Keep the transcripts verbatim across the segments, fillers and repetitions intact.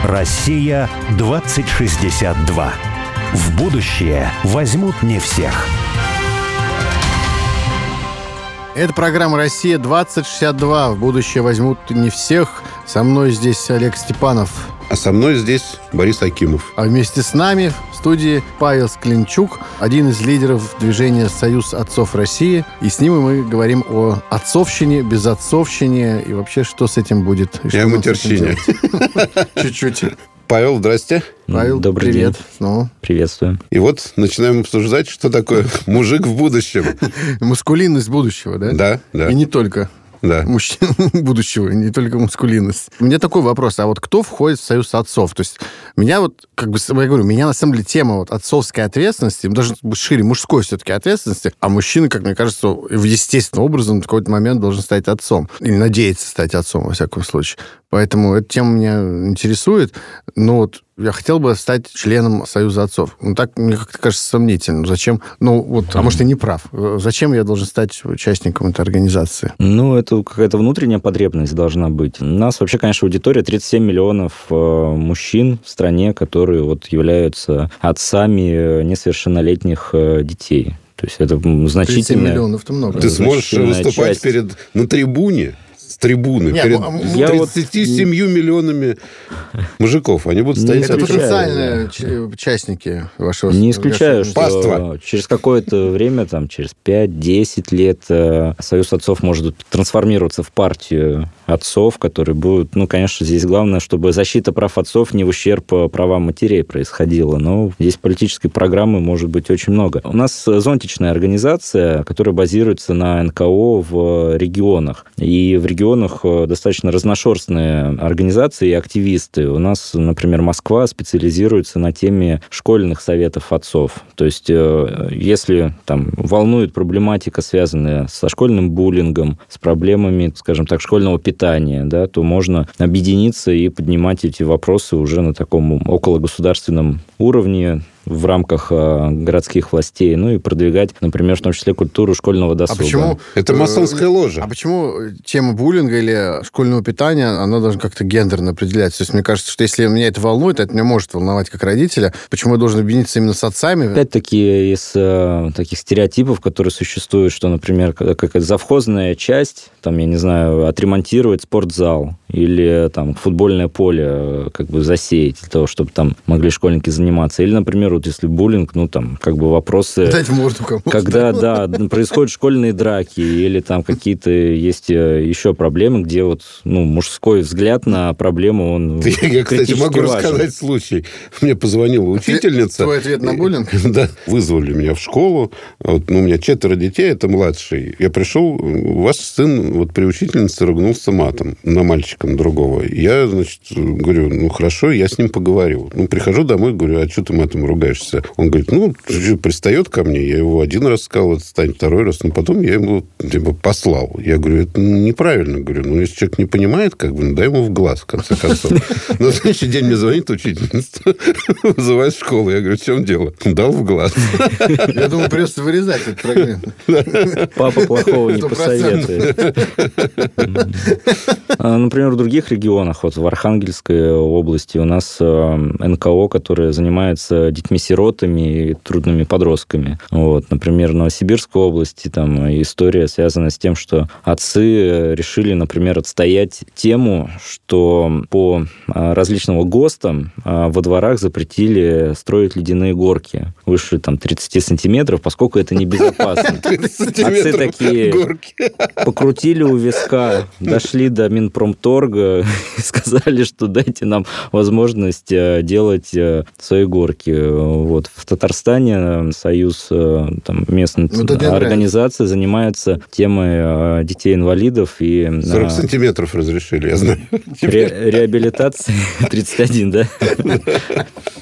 Россия двадцать шестьдесят два. В будущее возьмут не всех. Это программа «Россия двадцать шестьдесят два». В будущее возьмут не всех. Со мной здесь Олег Степанов. А со мной здесь Борис Акимов. А вместе с нами в студии Павел Склинчук, один из лидеров движения «Союз отцов России». И с ним мы говорим о отцовщине, безотцовщине и вообще, что с этим будет. И о матерщине. Чуть-чуть. Павел, здрасте. Павел, добрый привет. день. Ну. Приветствую. И вот начинаем обсуждать, что такое мужик в будущем. Маскулинность будущего, да? Да, да. И не только. Да. Мужчин будущего, не только маскулинность. У меня такой вопрос, а вот кто входит в союз отцов? То есть меня вот, как бы, я говорю, меня на самом деле тема вот отцовской ответственности, даже шире мужской все-таки ответственности, а мужчина, как мне кажется, естественным образом в какой-то момент должен стать отцом. Или надеяться стать отцом, во всяком случае. Поэтому эта тема меня интересует. Но вот я хотел бы стать членом Союза отцов. Ну, так, мне как-то кажется, сомнительно. Зачем? Ну, вот, а может, я не прав. Зачем я должен стать участником этой организации? Ну, это какая-то внутренняя потребность должна быть. У нас вообще, конечно, аудитория тридцать семь миллионов мужчин в стране, которые вот являются отцами несовершеннолетних детей. То есть это значительно... тридцать семь миллионов, это много. Ты сможешь выступать часть... перед, на трибуне? Трибуны Нет, перед я тридцатью семью вот... миллионами мужиков. Они будут стоять... Это потенциальные да. участники вашего... Не исключаю, что Паства. через какое-то время, там, через пять-десять лет Союз отцов может трансформироваться в партию отцов, которые будут... Ну, конечно, здесь главное, чтобы защита прав отцов не в ущерб правам матерей происходила. Но здесь политической программы может быть очень много. У нас зонтичная организация, которая базируется на эн ка о в регионах. И в регионах достаточно разношерстные организации и активисты. У нас, например, Москва специализируется на теме школьных советов отцов. То есть, если там волнует проблематика, связанная со школьным буллингом, с проблемами, скажем так, школьного питания, да, то можно объединиться и поднимать эти вопросы уже на таком окологосударственном уровне, в рамках э, городских властей, ну и продвигать, например, в том числе культуру школьного досуга. А почему... Это масонская ложа. А почему тема буллинга или школьного питания, она должна как-то гендерно определяться? То есть мне кажется, что если меня это волнует, это меня может волновать как родителя. Почему я должен объединиться именно с отцами? Опять-таки из э, таких стереотипов, которые существуют, что, например, какая-то завхозная часть, там, я не знаю, отремонтировать спортзал или там футбольное поле как бы засеять для того, чтобы там могли школьники заниматься. Или, например, вот если буллинг, ну, там, как бы вопросы... Дать морду кому-то. Когда, да, происходят школьные драки или там какие-то есть еще проблемы, где вот, ну, мужской взгляд на проблему, он Я, кстати, могу важен. рассказать случай. Мне позвонила учительница. Твой ответ на буллинг? Да. Вызвали меня в школу. Вот, ну, у меня четверо детей, это младший. Я пришел, ваш сын вот при учительнице ругнулся матом на мальчика, на другого. Я, значит, говорю, ну, хорошо, я с ним поговорю. Ну, прихожу домой, говорю, а что ты матом ругаешься? Он говорит, ну, пристает ко мне. Я его один раз сказал, отстань, второй раз. Но потом я ему типа, послал. Я говорю, это неправильно. Говорю, ну, если человек не понимает, как бы, ну, дай ему в глаз, в конце концов. На следующий день мне звонит учительница, вызывает в школу. Я говорю, в чем дело? Дал в глаз. Я думаю, придется вырезать этот фрагмент. Папа плохого не посоветует. Например, в других регионах, вот в Архангельской области у нас эн ка о, которое занимается детьми-сиротами и трудными подростками. Вот. Например, в Новосибирской области там история связана с тем, что отцы решили, например, отстоять тему, что по различным ГОСТам во дворах запретили строить ледяные горки выше там, тридцать сантиметров, поскольку это небезопасно. Отцы такие покрутили у виска, дошли до Минпромторга и сказали, что дайте нам возможность делать свои горки. Вот. В Татарстане союз там, местных ну, организаций занимается темой детей-инвалидов. И сорок сантиметров разрешили, я знаю. Ре- реабилитации тридцать один, да?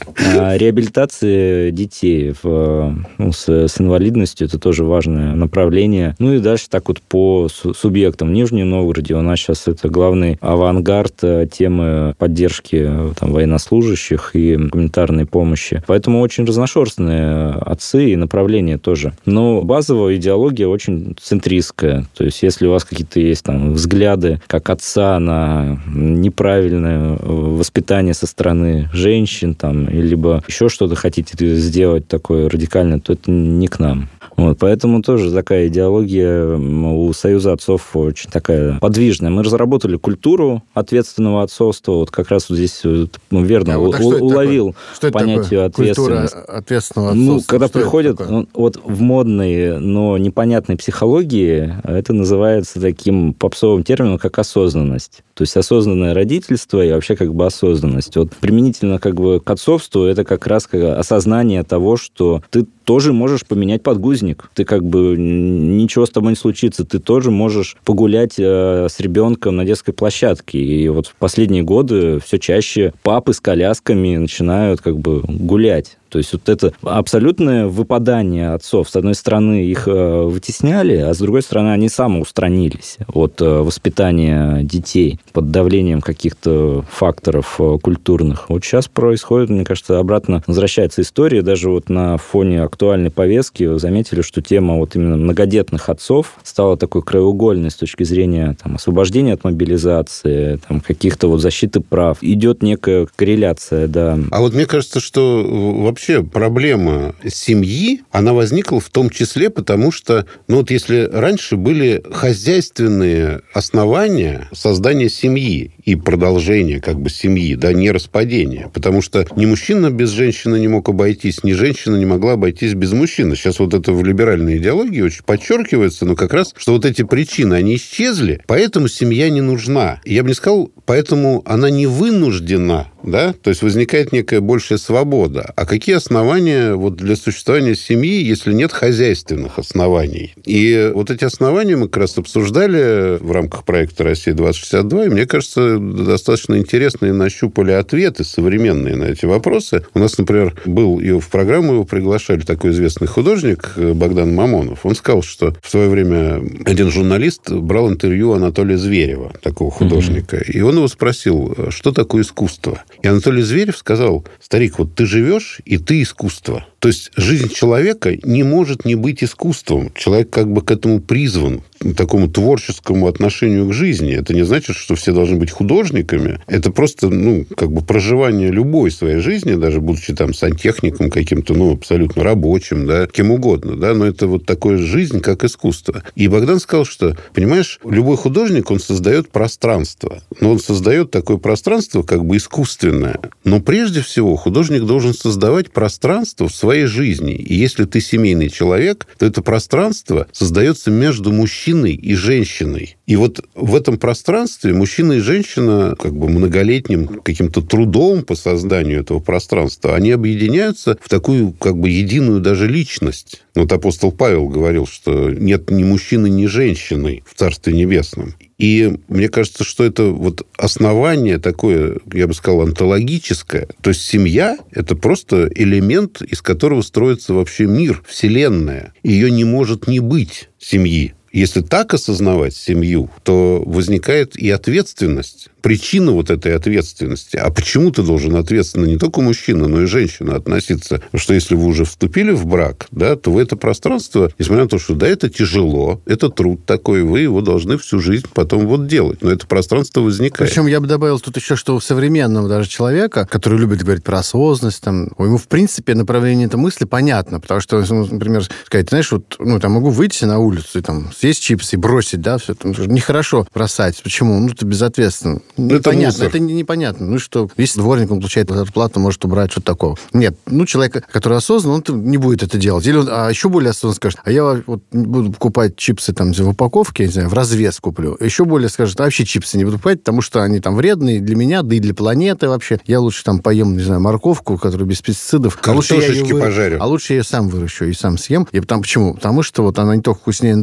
А реабилитация детей в, ну, с, с инвалидностью – это тоже важное направление. Ну и дальше так вот по субъектам. В Нижнем Новгороде у нас сейчас это главный авангард темы поддержки там, военнослужащих и гуманитарной помощи. Поэтому очень разношерстные отцы и направления тоже. Но базовая идеология очень центристская. То есть если у вас какие-то есть там взгляды как отца на неправильное воспитание со стороны женщин, там, либо еще что-то хотите сделать такое радикальное, то это не к нам. Вот, поэтому тоже такая идеология у Союза отцов очень такая подвижная. Мы разработали культуру ответственного отцовства. Вот как раз вот здесь ну, верно а вот, а у, уловил понятие ответственности. Культура ответственного отцовства. Ну, когда что приходят ну, вот в модной, но непонятной психологии, это называется таким попсовым термином, как осознанность. То есть осознанное родительство и вообще как бы осознанность. Вот применительно как бы к отцовству это как раз как осознание того, что ты тоже можешь поменять подгузник. Ты как бы ничего с тобой не случится. Ты тоже можешь погулять э, с ребенком на детской площадке. И вот в последние годы все чаще папы с колясками начинают как бы гулять. То есть вот это абсолютное выпадание отцов. С одной стороны, их вытесняли, а с другой стороны, они самоустранились от воспитания детей под давлением каких-то факторов культурных. Вот сейчас происходит, мне кажется, обратно возвращается история. Даже вот на фоне актуальной повестки вы заметили, что тема вот именно многодетных отцов стала такой краеугольной с точки зрения там, освобождения от мобилизации, там, каких-то вот защиты прав. Идет некая корреляция, да. А вот мне кажется, что вообще Вообще проблема семьи, она возникла в том числе потому, что, ну вот если раньше были хозяйственные основания создания семьи и продолжения как бы семьи, да, не распадения, потому что ни мужчина без женщины не мог обойтись, ни женщина не могла обойтись без мужчины. Сейчас вот это в либеральной идеологии очень подчеркивается, но как раз, что вот эти причины, они исчезли, поэтому семья не нужна. Я бы не сказал, поэтому она не вынуждена, да, то есть возникает некая большая свобода. А какие основания вот для существования семьи, если нет хозяйственных оснований? И вот эти основания мы как раз обсуждали в рамках проекта «Россия двадцать шестьдесят два», и мне кажется, достаточно интересные нащупали ответы современные на эти вопросы. У нас, например, был и в программу его приглашали такой известный художник Богдан Мамонов. Он сказал, что в свое время один журналист брал интервью Анатолия Зверева, такого художника, mm-hmm. и он его спросил, что такое искусство? И Анатолий Зверев сказал: старик, вот ты живешь, и ты искусство. То есть жизнь человека не может не быть искусством. Человек как бы к этому призван, к такому творческому отношению к жизни. Это не значит, что все должны быть художниками. Это просто, ну, как бы проживание любой своей жизни, даже будучи там сантехником каким-то, ну, абсолютно рабочим, да, кем угодно, да, но это вот такая жизнь, как искусство. И Богдан сказал, что, понимаешь, любой художник, он создает пространство. Но он создает такое пространство как бы искусственное. Но прежде всего художник должен создавать пространство в своей жизни. И если ты семейный человек, то это пространство создается между мужчиной и женщиной. И вот в этом пространстве мужчина и женщина как бы многолетним каким-то трудом по созданию этого пространства, они объединяются в такую как бы единую даже личность. Вот апостол Павел говорил, что нет ни мужчины, ни женщины в Царстве Небесном. И мне кажется, что это вот основание такое, я бы сказал, онтологическое. То есть семья – это просто элемент, из которого строится вообще мир, вселенная. Ее не может не быть, семьи. Если так осознавать семью, то возникает и ответственность. Причина вот этой ответственности. А почему ты должен ответственно не только мужчина, но и женщина относиться? Потому что если вы уже вступили в брак, да, то вы это пространство, несмотря на то, что да, это тяжело, это труд такой, вы его должны всю жизнь потом вот делать. Но это пространство возникает. Причем я бы добавил тут еще, что у современного даже человека, который любит говорить про осознанность, там, ему, в принципе, направление этой мысли понятно. Потому что, например, сказать, знаешь, вот, ну, там, могу выйти на улицу и там съесть чипсы и бросить, да, все это нехорошо бросать. Почему? Ну, это безответственно. Непонятно, это, это непонятно. Ну что, если дворник, он получает зарплату, может убрать, что-то такого. Нет, ну, человек, который осознан, он не будет это делать. Или он, а еще более осознанно скажет, а я вот буду покупать чипсы там в упаковке, не знаю, в развес куплю. Еще более скажет, а вообще чипсы не буду покупать, потому что они там вредные для меня, да и для планеты вообще. Я лучше там поем, не знаю, морковку, которая без пестицидов. А лучше я ее вы... пожарю. А лучше я ее сам выращу и сам съем. И там, почему? Потому что вот она не только вкуснее натуральная,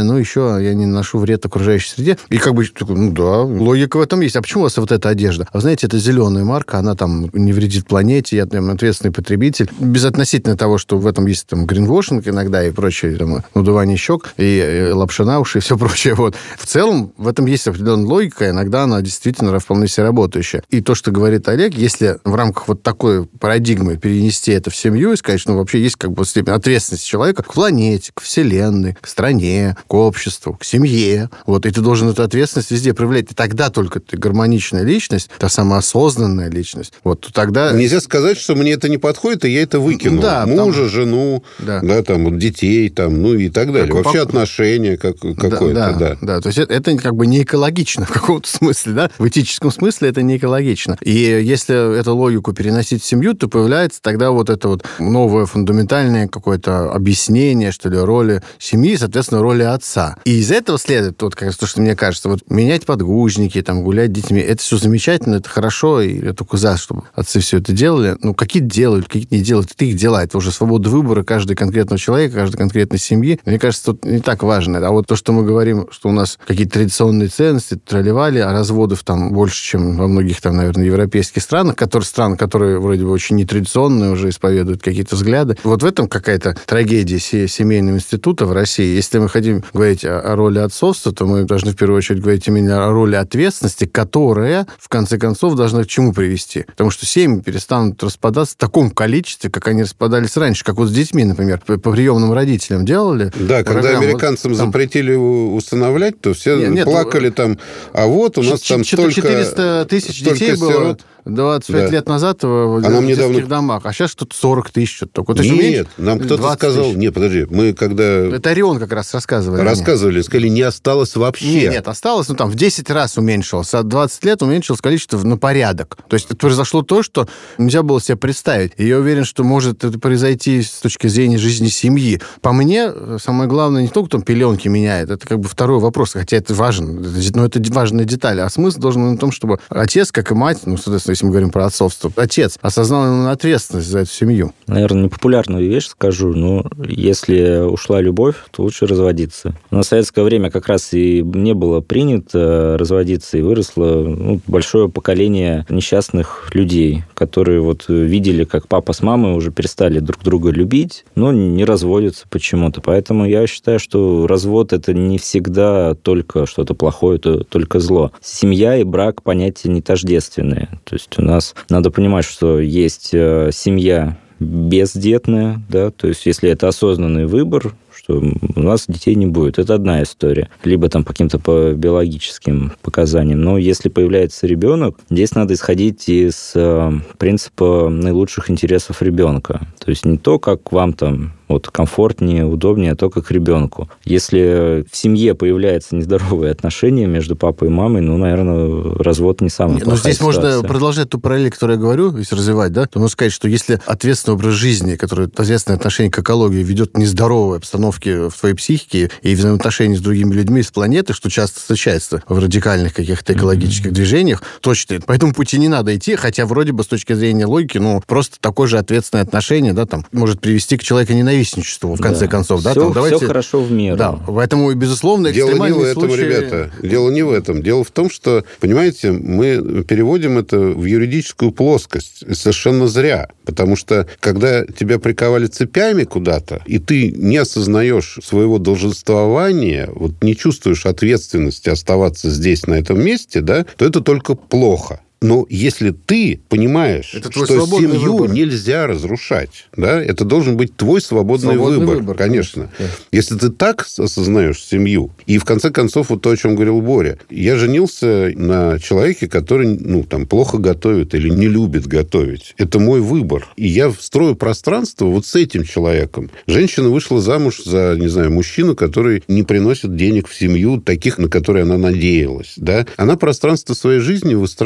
знаю, но еще я не наношу вред окружающей среде. И как бы, ну да, логика в этом есть. А почему у вас вот эта одежда? А вы знаете, это зеленая марка, она там не вредит планете, я там ответственный потребитель. Безотносительно того, что в этом есть там гринвошинг иногда и прочее, там, надувание щек, и, и лапша на уши, и все прочее. Вот. В целом, в этом есть определенная логика, иногда она действительно вполне себе работающая. И то, что говорит Олег, если в рамках вот такой парадигмы перенести это в семью и сказать, что ну, вообще есть как бы степень ответственности человека к планете, к вселенной, к стране, к обществу, к семье. Вот. И ты должен эту ответственность везде проявлять. И тогда только ты гармоничная личность, та самая осознанная личность. Вот тогда... Нельзя сказать, что мне это не подходит, и я это выкинул. Да, Мужа, там... жену, да. Да, там, вот, детей, там, ну и так далее. Как Вообще пап... отношения как, какое-то, да, да. Да, да. То есть это, это как бы не экологично в каком-то смысле, да? В этическом смысле это не экологично. И если эту логику переносить в семью, то появляется тогда вот это вот новое фундаментальное какое-то объяснение, что ли, роли семьи, соответственно, роли отца. И из этого следует, вот как раз то, что мне кажется, вот менять подгузники, там, гулять с детьми, это все замечательно, это хорошо, и я только за, чтобы отцы все это делали. Ну, какие-то делают, какие-то не делают, это их дела. Это уже свобода выбора каждого конкретного человека, каждой конкретной семьи. Мне кажется, тут не так важно. А вот то, что мы говорим, что у нас какие-то традиционные ценности, тролливали, а разводов там больше, чем во многих, там, наверное, европейских странах, которые, стран, которые вроде бы очень нетрадиционные, уже исповедуют какие-то взгляды. Вот в этом какая-то трагедия семейного института в России. Если мы хотим говорить о, о роли отцовства, то мы должны в первую очередь говорить именно о роли ответственности, которая, в конце концов, должна к чему привести. Потому что семьи перестанут распадаться в таком количестве, как они распадались раньше. Как вот с детьми, например, по, по приемным родителям делали. Да, когда программу, американцам вот, там... запретили усыновлять, то все нет, нет, плакали там, а вот у нас там столько... четыреста тысяч детей было... Сирот. двадцать пять да. лет назад в а детских недавно... домах, а сейчас что-то сорок тысяч. Что-то такое. То нет, нам кто-то сказал... Тысяч. Нет, подожди, мы когда... Это Орион как раз рассказывали. Рассказывали, мне. Сказали, не осталось вообще. Нет, нет, осталось, ну там в десять раз уменьшилось. За двадцать лет уменьшилось количество на порядок. То есть это произошло то, что нельзя было себе представить. И я уверен, что может это произойти с точки зрения жизни семьи. По мне, самое главное, не только там пеленки меняет, это как бы второй вопрос, хотя это важно, но это важная деталь. А смысл должен быть в том, чтобы отец, как и мать, ну, соответственно, если мы говорим про отцовство, отец осознал именно ответственность за эту семью. Наверное, непопулярную вещь скажу, но если ушла любовь, то лучше разводиться. На советское время как раз и не было принято разводиться, и выросло ну, большое поколение несчастных людей, которые вот видели, как папа с мамой уже перестали друг друга любить, но не разводятся почему-то. Поэтому я считаю, что развод – это не всегда только что-то плохое, это только зло. Семья и брак – понятия не тождественные. То есть у нас надо понимать, что есть семья бездетная, да, то есть если это осознанный выбор, что у нас детей не будет. Это одна история. Либо там по каким-то по биологическим показаниям. Но если появляется ребенок, здесь надо исходить из э, принципа наилучших интересов ребенка. То есть не то, как вам там вот, комфортнее, удобнее, а то, как ребенку. Если в семье появляются нездоровые отношения между папой и мамой, ну, наверное, развод не самая плохая ситуация. Но здесь ситуация. Можно продолжать ту параллель, которую я говорю, если развивать, да, то можно сказать, что если ответственный образ жизни, который ответственное отношение к экологии ведет к нездоровой обстановке в твоей психике и взаимоотношения с другими людьми с планеты, что часто встречается в радикальных каких-то экологических mm-hmm. движениях, точно по этому пути не надо идти, хотя вроде бы с точки зрения логики, ну, просто такое же ответственное отношение, да, там, может привести к человеконенавистничеству, в конце да. концов, да, все, там, давайте... Все хорошо в меру. Да, поэтому, безусловно, экстремальные Дело не в этом, случаи... ребята, дело не в этом. Дело в том, что, понимаете, мы переводим это в юридическую плоскость совершенно зря, потому что, когда тебя приковали цепями куда-то, и ты не осознаешь своего долженствования, вот не чувствуешь ответственности оставаться здесь, на этом месте, да, то это только плохо. Но если ты понимаешь, что семью выбор. Нельзя разрушать, да, это должен быть твой свободный, свободный выбор, выбор, конечно. конечно. Если ты так осознаешь семью, и в конце концов, вот то, о чем говорил Боря, я женился на человеке, который, ну, там, плохо готовит или не любит готовить. Это мой выбор. И я строю пространство вот с этим человеком. Женщина вышла замуж за, не знаю, мужчину, который не приносит денег в семью, таких, на которые она надеялась, да. Она пространство своей жизни выстраивает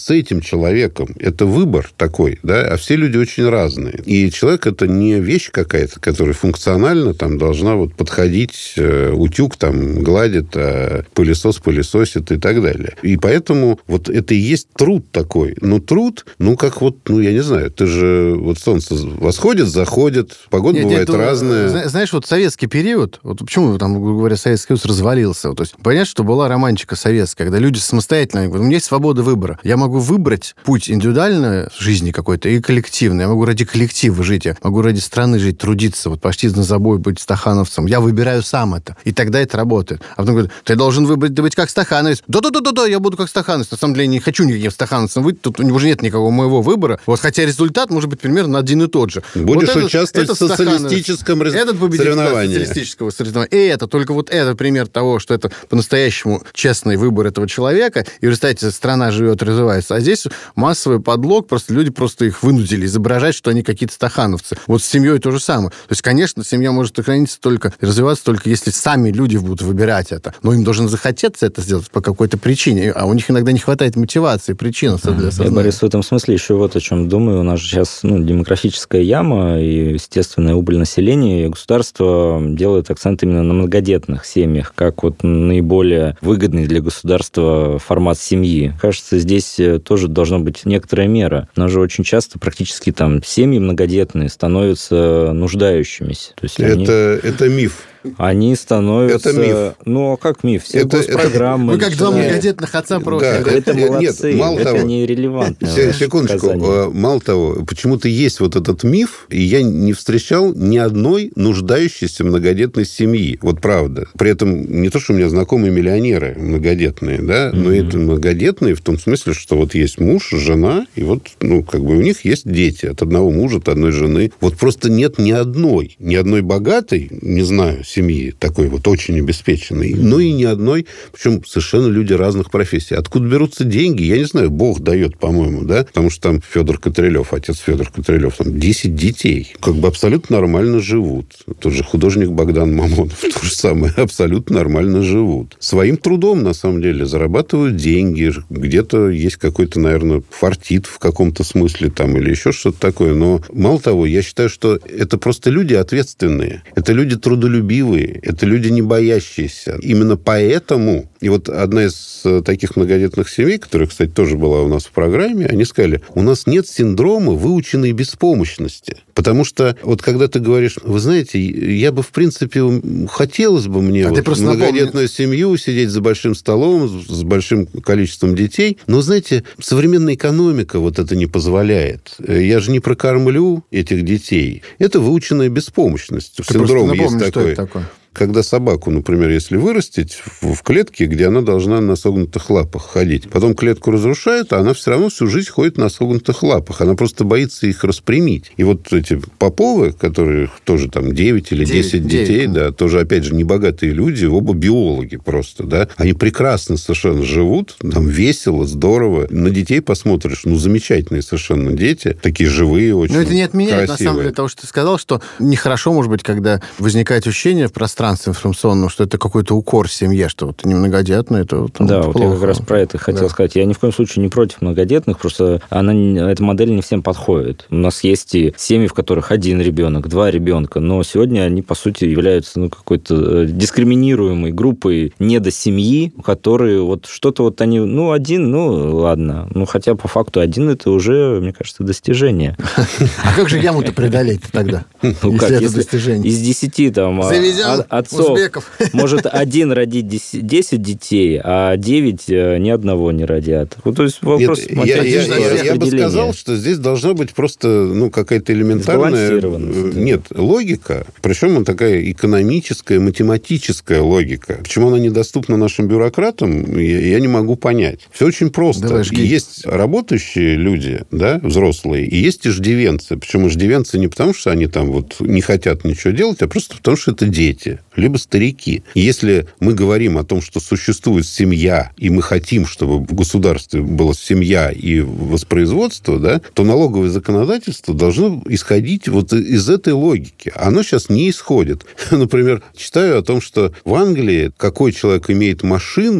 с этим человеком. Это выбор такой, да, а все люди очень разные. И человек – это не вещь какая-то, которая функционально там должна вот подходить, э, утюг там гладит, а пылесос пылесосит и так далее. И поэтому вот это и есть труд такой. Но труд, ну, как вот, ну, я не знаю, ты же, вот солнце восходит, заходит, погода нет, бывает нет, разная. Знаешь, вот советский период, вот почему там, грубо говоря, Советский Союз развалился? Вот, то есть, понятно, что была романтика советская, когда люди самостоятельно, говорят, у меня есть свобода выбора. Я могу выбрать путь индивидуальной жизни какой-то и коллективный. Я могу ради коллектива жить, я могу ради страны жить, трудиться, вот пойти на забой, быть стахановцем. Я выбираю сам это. И тогда это работает. А потом говорят, ты должен выбрать быть как стахановец. Да-да-да-да, я буду как стахановец. На самом деле, я не хочу никаким стахановцем быть, тут уже нет никакого моего выбора. Вот, хотя результат может быть примерно один и тот же. Будешь вот участвовать этот, в социалистическом раз... этот соревновании. Социалистического соревнования. И это, только вот это пример того, что это по-настоящему честный выбор этого человека, и в результате страна живет, развивается. А здесь массовый подлог, просто люди просто их вынудили изображать, что они какие-то стахановцы. Вот с семьей то же самое. То есть, конечно, семья может сохраниться только, развиваться только, если сами люди будут выбирать это. Но им должен захотеться это сделать по какой-то причине, а у них иногда не хватает мотивации, причин для сознания. Я, Борис, в этом смысле еще вот о чем думаю. У нас же сейчас ну, демографическая яма и естественная убыль населения, и государство делает акцент именно на многодетных семьях, как вот наиболее выгодный для государства формат семьи. Кажется, здесь тоже должна быть некоторая мера. У нас же очень часто практически там семьи многодетные становятся нуждающимися. То есть это, они... это миф. Они становятся... Это миф. Ну, а как миф? Все это, госпрограммы... Вы как два многодетных отца просите. Да, это молодцы. Нет, мало это того, нерелевантно. Секундочку. Сказание. Мало того, почему-то есть вот этот миф, и я не встречал ни одной нуждающейся многодетной семьи. Вот правда. При этом не то, что у меня знакомые миллионеры многодетные, да, mm-hmm. но это многодетные в том смысле, что вот есть муж, жена, и вот, ну, как бы у них есть дети от одного мужа, от одной жены. Вот просто нет ни одной, ни одной богатой, не знаю, семьи, такой вот очень обеспеченной, но и ни одной, причем совершенно люди разных профессий. Откуда берутся деньги? Я не знаю, Бог дает, по-моему, да, потому что там Федор Котрелев, отец Федор Котрелев, там десять детей, как бы абсолютно нормально живут. Тот же художник Богдан Мамонов, то же самое, абсолютно нормально живут. Своим трудом, на самом деле, зарабатывают деньги, где-то есть какой-то, наверное, фартит в каком-то смысле там или еще что-то такое, но мало того, я считаю, что это просто люди ответственные, это люди трудолюбивые, это люди не боящиеся. Именно поэтому... И вот одна из таких многодетных семей, которая, кстати, тоже была у нас в программе, они сказали, у нас нет синдрома выученной беспомощности. Потому что вот когда ты говоришь, вы знаете, я бы, в принципе, хотелось бы мне а вот многодетную напомни... семью, сидеть за большим столом, с большим количеством детей. Но, знаете, современная экономика вот это не позволяет. Я же не прокормлю этих детей. Это выученная беспомощность. Ты Синдром напомни, есть что такой. Это такое. Когда собаку, например, если вырастить в клетке, где она должна на согнутых лапах ходить, потом клетку разрушают, а она все равно всю жизнь ходит на согнутых лапах. Она просто боится их распрямить. И вот эти Поповы, которые тоже там девять или десять детей, да, тоже, опять же, небогатые люди, оба биологи просто, да, они прекрасно совершенно живут, там весело, здорово. На детей посмотришь, ну, замечательные совершенно дети, такие живые, очень красивые. Но это не отменяет, на самом деле, того, что ты сказал, что нехорошо, может быть, когда возникает ощущение в пространстве информационном, что это какой-то укор семье, что вот не многодетные, это вот, да, вот вот плохо. я как раз про это хотел да. сказать. Я ни в коем случае не против многодетных, просто она, эта модель не всем подходит. У нас есть и семьи, в которых один ребенок, два ребенка, но сегодня они, по сути, являются ну, какой-то дискриминируемой группой недосемьи, которые вот что-то вот они, ну, один, ну, ладно. Ну, хотя по факту один это уже, мне кажется, достижение. А как же яму-то преодолеть тогда? Ну как, если из десяти там... Завезем отцов узбеков. Может один родить десять детей, а девять ни одного не родят. Вот, то есть вопрос... Нет, я, я, я, я бы сказал, что здесь должна быть просто ну, какая-то элементарная... Нет, логика. Причем она такая экономическая, математическая логика. Почему она недоступна нашим бюрократам, я, я не могу понять. Все очень просто. Давай, есть работающие люди, да, взрослые, и есть иждивенцы. Причем иждивенцы не потому, что они там вот не хотят ничего делать, а просто потому, что это дети, либо старики. И если мы говорим о том, что существует семья, и мы хотим, чтобы в государстве была семья и воспроизводство, да, то налоговое законодательство должно исходить вот из этой логики. Оно сейчас не исходит. Например, читаю о том, что в Англии какой человек имеет машину,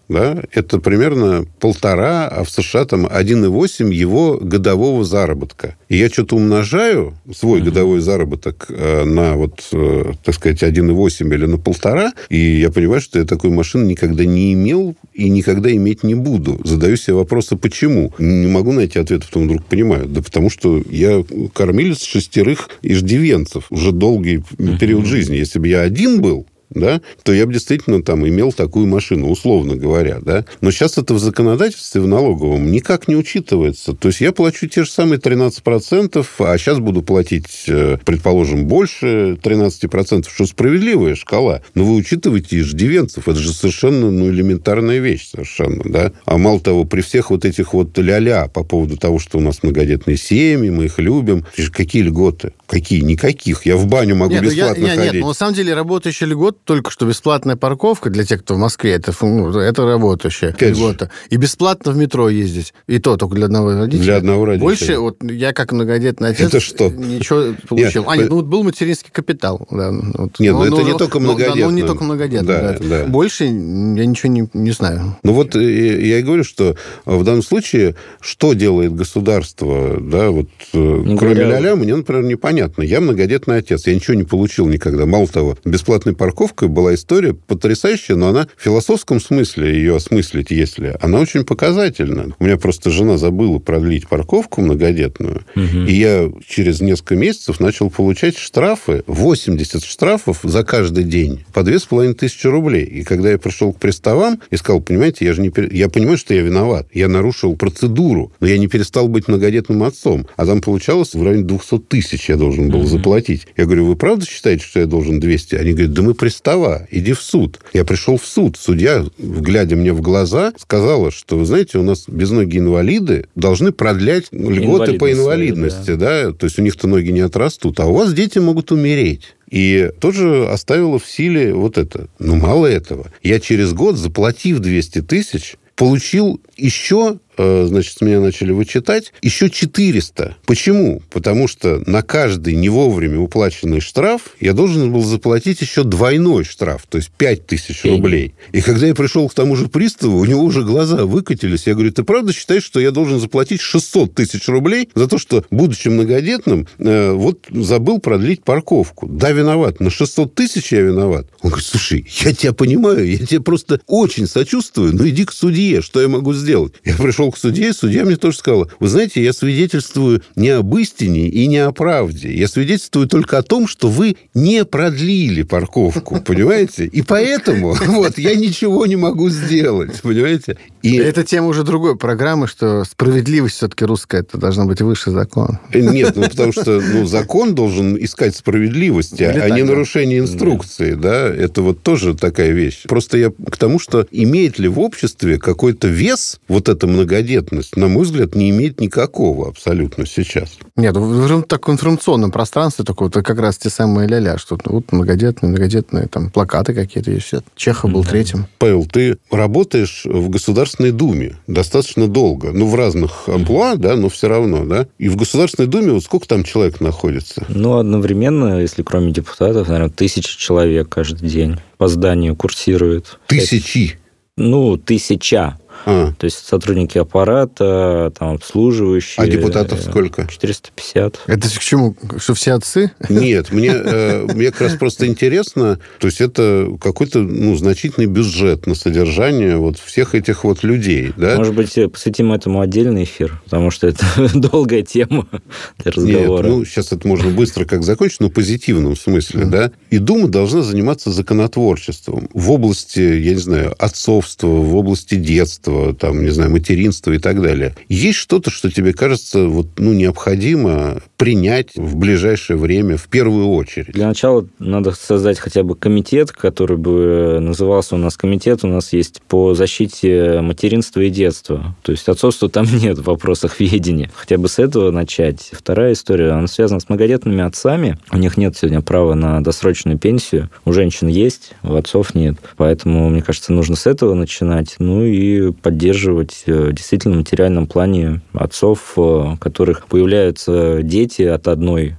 да, это примерно полтора, а в США там один и восемь его годового заработка. И я что-то умножаю свой mm-hmm. годовой заработок на, вот, так сказать, один и восемь или на полтора, и я понимаю, что я такой машины никогда не имел и никогда иметь не буду. Задаю себе вопросы, почему? Не могу найти ответ, потом вдруг понимаю. Да потому что я кормилец шестерых иждивенцев уже долгий mm-hmm. период жизни. Если бы я один был, да, то я бы действительно там имел такую машину, условно говоря, да. Но сейчас это в законодательстве, в налоговом никак не учитывается. То есть я плачу те же самые тринадцать процентов, а сейчас буду платить, предположим, больше тринадцать процентов, что справедливая шкала. Но вы учитываете иждивенцев. Это же совершенно, ну, элементарная вещь совершенно, да. А мало того, при всех вот этих вот ля-ля по поводу того, что у нас многодетные семьи, мы их любим, какие льготы? Какие? Никаких. Я в баню могу нет, бесплатно я, я, ходить. Нет, но на самом деле работающий льгот только что бесплатная парковка для тех, кто в Москве, это, ну, это работающая льгота. И бесплатно в метро ездить. И то только для одного родителя. Для одного родителя. Больше, вот я как многодетный отец... Это что? Ничего получил. Нет, а, нет, ну, вот был материнский капитал. Да, вот. Нет, но, но это ну, не только многодетный. Ну, да, не только многодетный. Да, да. Да. Больше я ничего не, не знаю. Ну, вот я и говорю, что в данном случае, что делает государство, да, вот не кроме ля-ля, мне, например, непонятно. Я многодетный отец, я ничего не получил никогда. Мало того, бесплатной парковкой была история потрясающая, но она в философском смысле, ее осмыслить, если, она очень показательна. У меня просто жена забыла продлить парковку многодетную, угу. и я через несколько месяцев начал получать штрафы, восемьдесят штрафов за каждый день, по две с половиной тысячи рублей. И когда я пришел к приставам и сказал, понимаете, я же не... Пер... Я понимаю, что я виноват, я нарушил процедуру, но я не перестал быть многодетным отцом. А там получалось в районе двести тысяч я должен был угу. заплатить. Я говорю, вы правда считаете, что я должен двести? Они говорят, да мы пристава, иди в суд. Я пришел в суд. Судья, глядя мне в глаза, сказала, что, вы знаете, у нас безногие инвалиды должны продлять льготы по инвалидности. Да. Да? То есть у них-то ноги не отрастут. А у вас дети могут умереть. И тоже оставила в силе вот это. Но мало этого. Я через год, заплатив двести тысяч, получил еще, значит, с меня начали вычитать, еще четыреста. Почему? Потому что на каждый не вовремя уплаченный штраф я должен был заплатить еще двойной штраф, то есть пять тысяч рублей. И когда я пришел к тому же приставу, у него уже глаза выкатились. Я говорю, ты правда считаешь, что я должен заплатить шестьсот тысяч рублей за то, что, будучи многодетным, вот забыл продлить парковку? Да, виноват. На шестьсот тысяч я виноват. Он говорит, слушай, я тебя понимаю, я тебе просто очень сочувствую, но иди к судье, что я могу сделать? Я пришел к судье, и судья мне тоже сказала, вы знаете, я свидетельствую не об истине и не о правде. Я свидетельствую только о том, что вы не продлили парковку, понимаете? И поэтому вот я ничего не могу сделать, понимаете? И... Это тема уже другой программы, что справедливость все-таки русская, это должна быть выше закона. Нет, ну потому что ну, закон должен искать справедливости, Или а так, не да. нарушение инструкции, да. да? Это вот тоже такая вещь. Просто я к тому, что имеет ли в обществе какой-то вес вот эта многодетность, на мой взгляд, не имеет никакого абсолютно сейчас. Нет, в таком информационном пространстве только вот как раз те самые ля-ля, что вот многодетные, многодетные, там плакаты какие-то есть. Чехов был да. третьим. Павел, ты работаешь в Государственной Думе достаточно долго, ну, в разных амплуа, да, но все равно, да? И в Государственной Думе вот сколько там человек находится? Ну, одновременно, если кроме депутатов, наверное, тысяча человек каждый день по зданию курсирует. Тысячи? Ну, тысяча. А. То есть сотрудники аппарата, там, обслуживающие. А депутатов сколько? четыреста пятьдесят. Это к чему? Что все отцы? Нет, мне, э, мне как раз просто интересно, то есть это какой-то ну, значительный бюджет на содержание вот всех этих вот людей, да? Может быть, посвятим этому отдельный эфир, потому что это долгая тема для разговора. Нет, ну, сейчас это можно быстро как закончить, но в позитивном смысле, mm. да? И Дума должна заниматься законотворчеством в области, я не знаю, отцовства, в области детства, там, не знаю, материнства и так далее. Есть что-то, что тебе кажется вот, ну, необходимо принять в ближайшее время в первую очередь? Для начала надо создать хотя бы комитет, который бы назывался у нас комитет, у нас есть по защите материнства и детства. То есть отцовства там нет в вопросах ведения. Хотя бы с этого начать. Вторая история, она связана с многодетными отцами. У них нет сегодня права на досрочную пенсию. У женщин есть, у отцов нет. Поэтому, мне кажется, нужно с этого начинать. Ну и поддерживать действительно в материальном плане отцов, у которых появляются дети от одной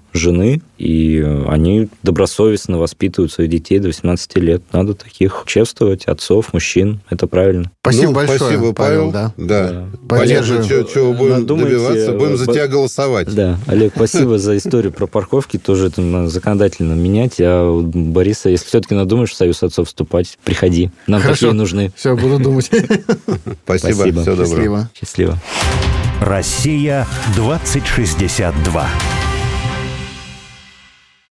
жены, и они добросовестно воспитывают своих детей до восемнадцати лет. Надо таких чествовать, отцов, мужчин. Это правильно. Спасибо ну, большое, спасибо, Павел. Павел да. Да. Да. Понятно, чего, чего будем Надумайте, добиваться. Будем за тебя голосовать. Да, Олег, спасибо за историю про парковки. Тоже это надо законодательно менять. А у Бориса, если все-таки надумаешь в Союз отцов вступать, приходи. Нам Хорошо. такие нужны. Все, буду думать. Спасибо. Спасибо. Всего доброго. Счастливо. Счастливо. Россия двадцать шестьдесят два.